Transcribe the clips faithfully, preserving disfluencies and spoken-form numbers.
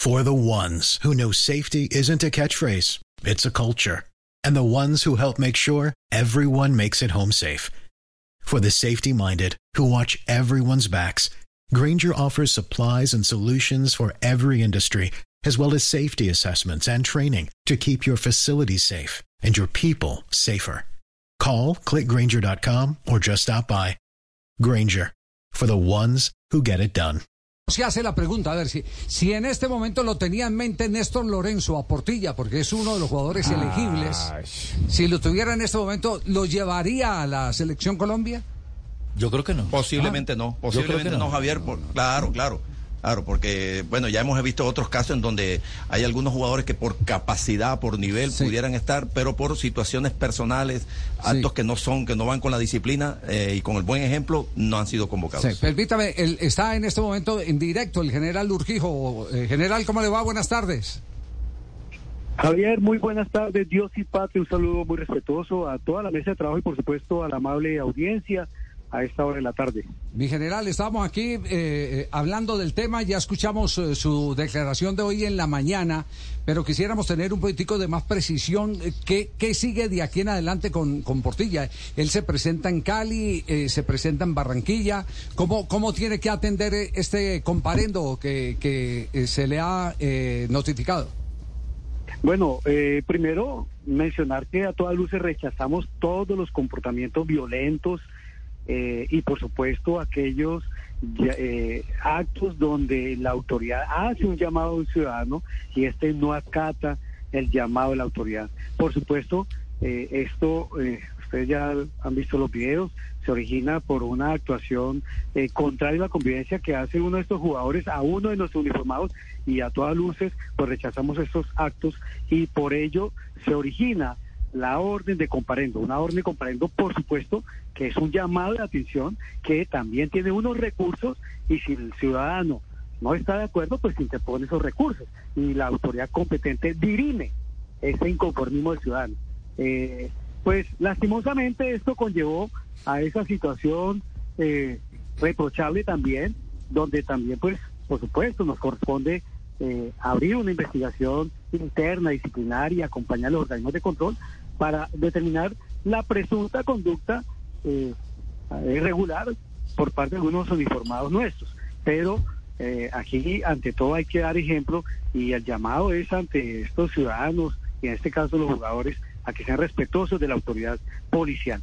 For the ones who know safety isn't a catchphrase, it's a culture. And the ones who help make sure everyone makes it home safe. For the safety-minded who watch everyone's backs, Grainger offers supplies and solutions for every industry, as well as safety assessments and training to keep your facilities safe and your people safer. Call, click Grainger dot com, or just stop by. Grainger, for the ones who get it done. Se hace la pregunta, a ver, si, si en este momento lo tenía en mente Néstor Lorenzo a Portilla, porque es uno de los jugadores Ay. elegibles, si lo tuviera en este momento, ¿lo llevaría a la Selección Colombia? Yo creo que no. Posiblemente ah. no, posiblemente no, no, Javier, por, claro, claro. Claro, porque, bueno, ya hemos visto otros casos en donde hay algunos jugadores que por capacidad, por nivel, sí. pudieran estar, pero por situaciones personales, actos sí. que no son, que no van con la disciplina eh, y con el buen ejemplo, no han sido convocados. Sí. Permítame, él está en este momento en directo el general Urquijo. Eh, general, ¿cómo le va? Buenas tardes. Javier, muy buenas tardes, Dios y patria, un saludo muy respetuoso a toda la mesa de trabajo y por supuesto a la amable audiencia a esta hora de la tarde. Mi general, estamos aquí eh, hablando del tema, ya escuchamos eh, su declaración de hoy en la mañana, pero quisiéramos tener un poquitico de más precisión. ¿Qué, qué sigue de aquí en adelante con, con Portilla? Él se presenta en Cali, eh, se presenta en Barranquilla. ¿Cómo, cómo tiene que atender este comparendo que, que eh, se le ha eh, notificado? Bueno, eh, primero mencionar que a todas luces rechazamos todos los comportamientos violentos Eh, y por supuesto aquellos eh, actos donde la autoridad hace un llamado a un ciudadano y este no acata el llamado de la autoridad. Por supuesto, eh, esto, eh, ustedes ya han visto los videos, se origina por una actuación eh, contraria a la convivencia que hace uno de estos jugadores a uno de nuestros uniformados, y a todas luces pues rechazamos estos actos y por ello se origina la orden de comparendo, una orden de comparendo, por supuesto, que es un llamado de atención, que también tiene unos recursos, y si el ciudadano no está de acuerdo, pues interpone esos recursos, y la autoridad competente dirime ese inconformismo del ciudadano. Eh, pues, lastimosamente, esto conllevó a esa situación eh, reprochable también, donde también, pues, por supuesto, nos corresponde eh, abrir una investigación interna, disciplinaria, acompañar a los organismos de control, para determinar la presunta conducta eh, irregular por parte de algunos uniformados nuestros. Pero eh, aquí, ante todo, hay que dar ejemplo, y el llamado es ante estos ciudadanos, y en este caso los jugadores, a que sean respetuosos de la autoridad policial.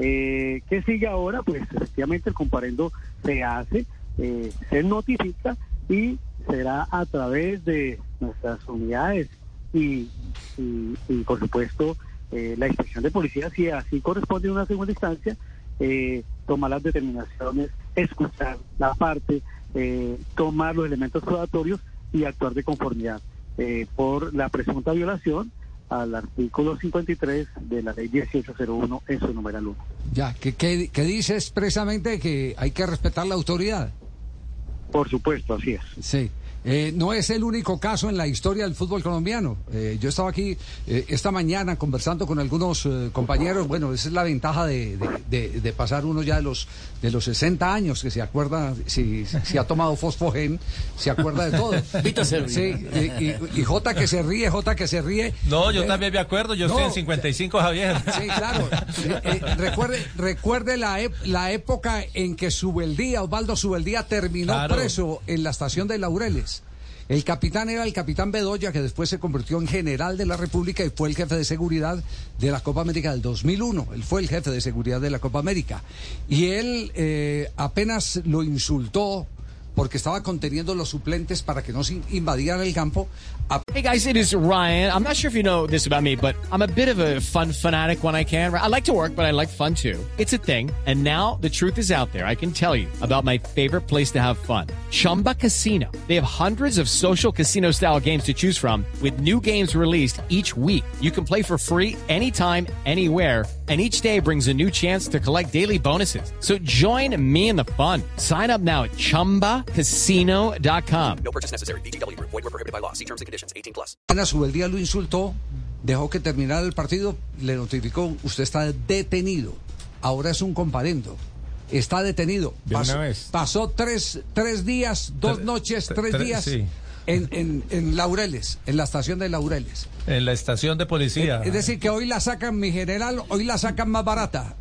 Eh, ¿Qué sigue ahora? Pues efectivamente el comparendo se hace, eh, se notifica, y será a través de nuestras unidades y, y, y por supuesto, Eh, la inspección de policía, si así corresponde a una segunda instancia, eh, tomar las determinaciones, escuchar la parte, eh, tomar los elementos probatorios y actuar de conformidad eh, por la presunta violación al artículo cincuenta y tres de la ley dieciocho cero uno en su numeral uno. Ya, que, que, que dice expresamente que hay que respetar la autoridad. Por supuesto, así es. Sí. Eh, no es el único caso en la historia del fútbol colombiano. Eh, yo estaba aquí eh, esta mañana conversando con algunos eh, compañeros. Bueno, esa es la ventaja de, de, de, de pasar uno ya de los de los sesenta años, que se acuerda, si, si ha tomado Fosfogen, se acuerda de todo. Sí, y, y, y Jota que se ríe, Jota que se ríe. No, yo eh, también me acuerdo, yo no, estoy en cincuenta y cinco, Javier. Sí, claro. Eh, eh, recuerde recuerde la, ep la época en que Subeldía, Osvaldo Subeldía, terminó claro. preso en la estación de Laureles. El capitán era el capitán Bedoya, que después se convirtió en general de la República y fue el jefe de seguridad de la Copa América del dos mil uno. Él fue el jefe de seguridad de la Copa América. Y él eh, apenas lo insultó porque estaba conteniendo los suplentes para que no se invadieran el campo. Hey guys, it is Ryan. I'm not sure if you know this about me, but I'm a bit of a fun fanatic when I can. I like to work, but I like fun too. It's a thing. And now the truth is out there. I can tell you about my favorite place to have fun. Chumba Casino. They have hundreds of social casino style games to choose from with new games released each week. You can play for free anytime, anywhere. And each day brings a new chance to collect daily bonuses. So join me in the fun. Sign up now at chumba casino dot com. No purchase necessary. V G W Group. Void where prohibited by law. See terms and conditions. eighteen plus. Apenas Subeldía lo insultó, dejó que terminara el partido, le notificó: usted está detenido. Ahora es un comparendo. Está detenido. De pasó, una vez. pasó tres, tres días, dos noches, tres, tres días. Sí. En, en, en Laureles, en la estación de Laureles. En la estación de policía. Es, es decir, que hoy la sacan, mi general, hoy la sacan más barata.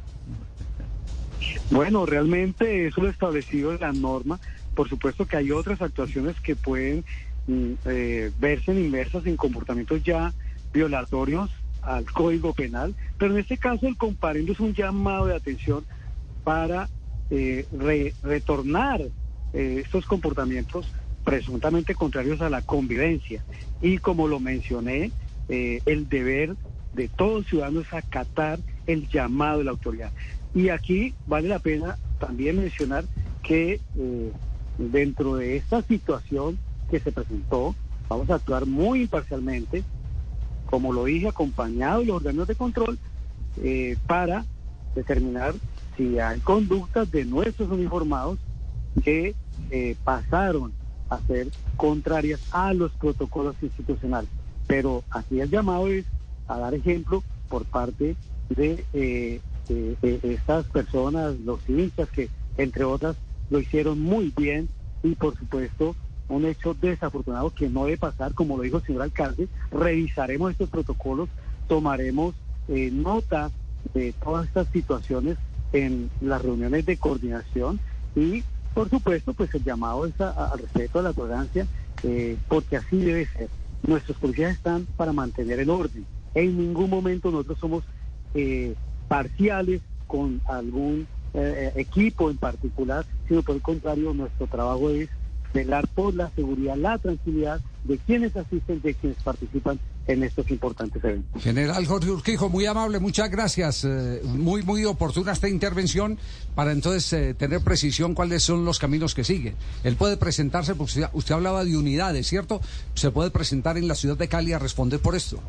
Bueno, realmente eso lo establecido en la norma. Por supuesto que hay otras actuaciones que pueden eh, verse inmersas en comportamientos ya violatorios al Código Penal, pero en este caso el comparendo es un llamado de atención para eh, re, retornar eh, estos comportamientos presuntamente contrarios a la convivencia. Y como lo mencioné, eh, el deber de todo ciudadano es acatar el llamado de la autoridad. Y aquí vale la pena también mencionar que eh, dentro de esta situación que se presentó, vamos a actuar muy imparcialmente, como lo dije, acompañado de los órganos de control, eh, para determinar si hay conductas de nuestros uniformados que eh, pasaron a ser contrarias a los protocolos institucionales. Pero aquí el llamado es a dar ejemplo por parte de, eh, de, de estas personas, los hinchas que, entre otras, lo hicieron muy bien, y por supuesto un hecho desafortunado que no debe pasar, como lo dijo el señor alcalde. Revisaremos estos protocolos, tomaremos eh, nota de todas estas situaciones en las reuniones de coordinación, y por supuesto pues el llamado es al respeto, a la tolerancia, eh, porque así debe ser. Nuestros policías están para mantener el orden. En ningún momento nosotros somos eh, parciales con algún eh, equipo en particular, sino por el contrario, nuestro trabajo es velar por la seguridad, la tranquilidad de quienes asisten, de quienes participan en estos importantes eventos. General Jorge Urquijo, muy amable, muchas gracias. Eh, muy, muy oportuna esta intervención para entonces eh, tener precisión cuáles son los caminos que siguen. Él puede presentarse, porque usted, usted hablaba de unidades, ¿cierto? Se puede presentar en la ciudad de Cali a responder por esto.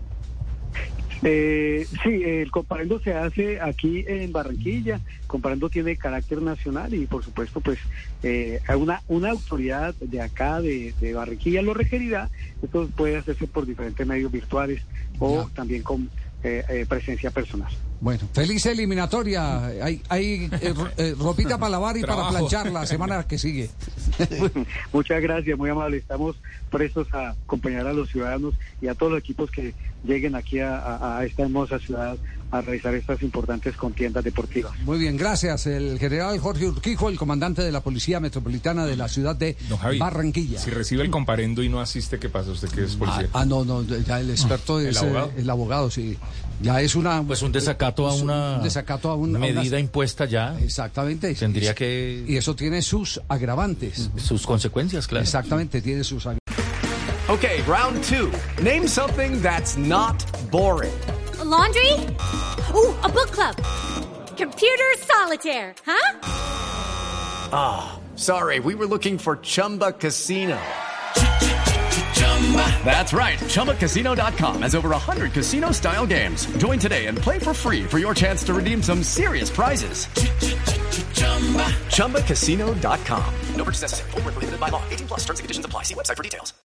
Eh, sí, el comparendo se hace aquí en Barranquilla. Comparendo tiene carácter nacional y por supuesto pues eh, una, una autoridad de acá de, de Barranquilla lo requerirá. Esto puede hacerse por diferentes medios virtuales o ya. también con eh, eh, presencia personal. Bueno, feliz eliminatoria. Hay, hay eh, eh, ropita para lavar y para planchar la semana que sigue. Muchas gracias, muy amable. Estamos prestos a acompañar a los ciudadanos y a todos los equipos que lleguen aquí a, a, a esta hermosa ciudad a realizar estas importantes contiendas deportivas. Muy bien, gracias. El general Jorge Urquijo, el comandante de la Policía Metropolitana de la ciudad de Javi, Barranquilla. Si recibe el comparendo y no asiste, ¿qué pasa? ¿Usted qué es policía? Ah, ah no, no, ya el experto ¿El es abogado? Eh, el abogado, sí. Ya es una... Pues un desacato a una, un desacato a una medida a una, impuesta ya. Exactamente. Tendría y, que... Y eso tiene sus agravantes. Sus consecuencias, claro. Exactamente, tiene sus agravantes. Okay, round two. Name something that's not boring. A laundry? Ooh, a book club. Computer solitaire, huh? Ah, oh, sorry, we were looking for Chumba Casino. That's right, Chumba Casino dot com has over one hundred casino-style games. Join today and play for free for your chance to redeem some serious prizes. Chumba Casino dot com. No purchase necessary. Void where prohibited by law. eighteen plus terms and conditions apply. See website for details.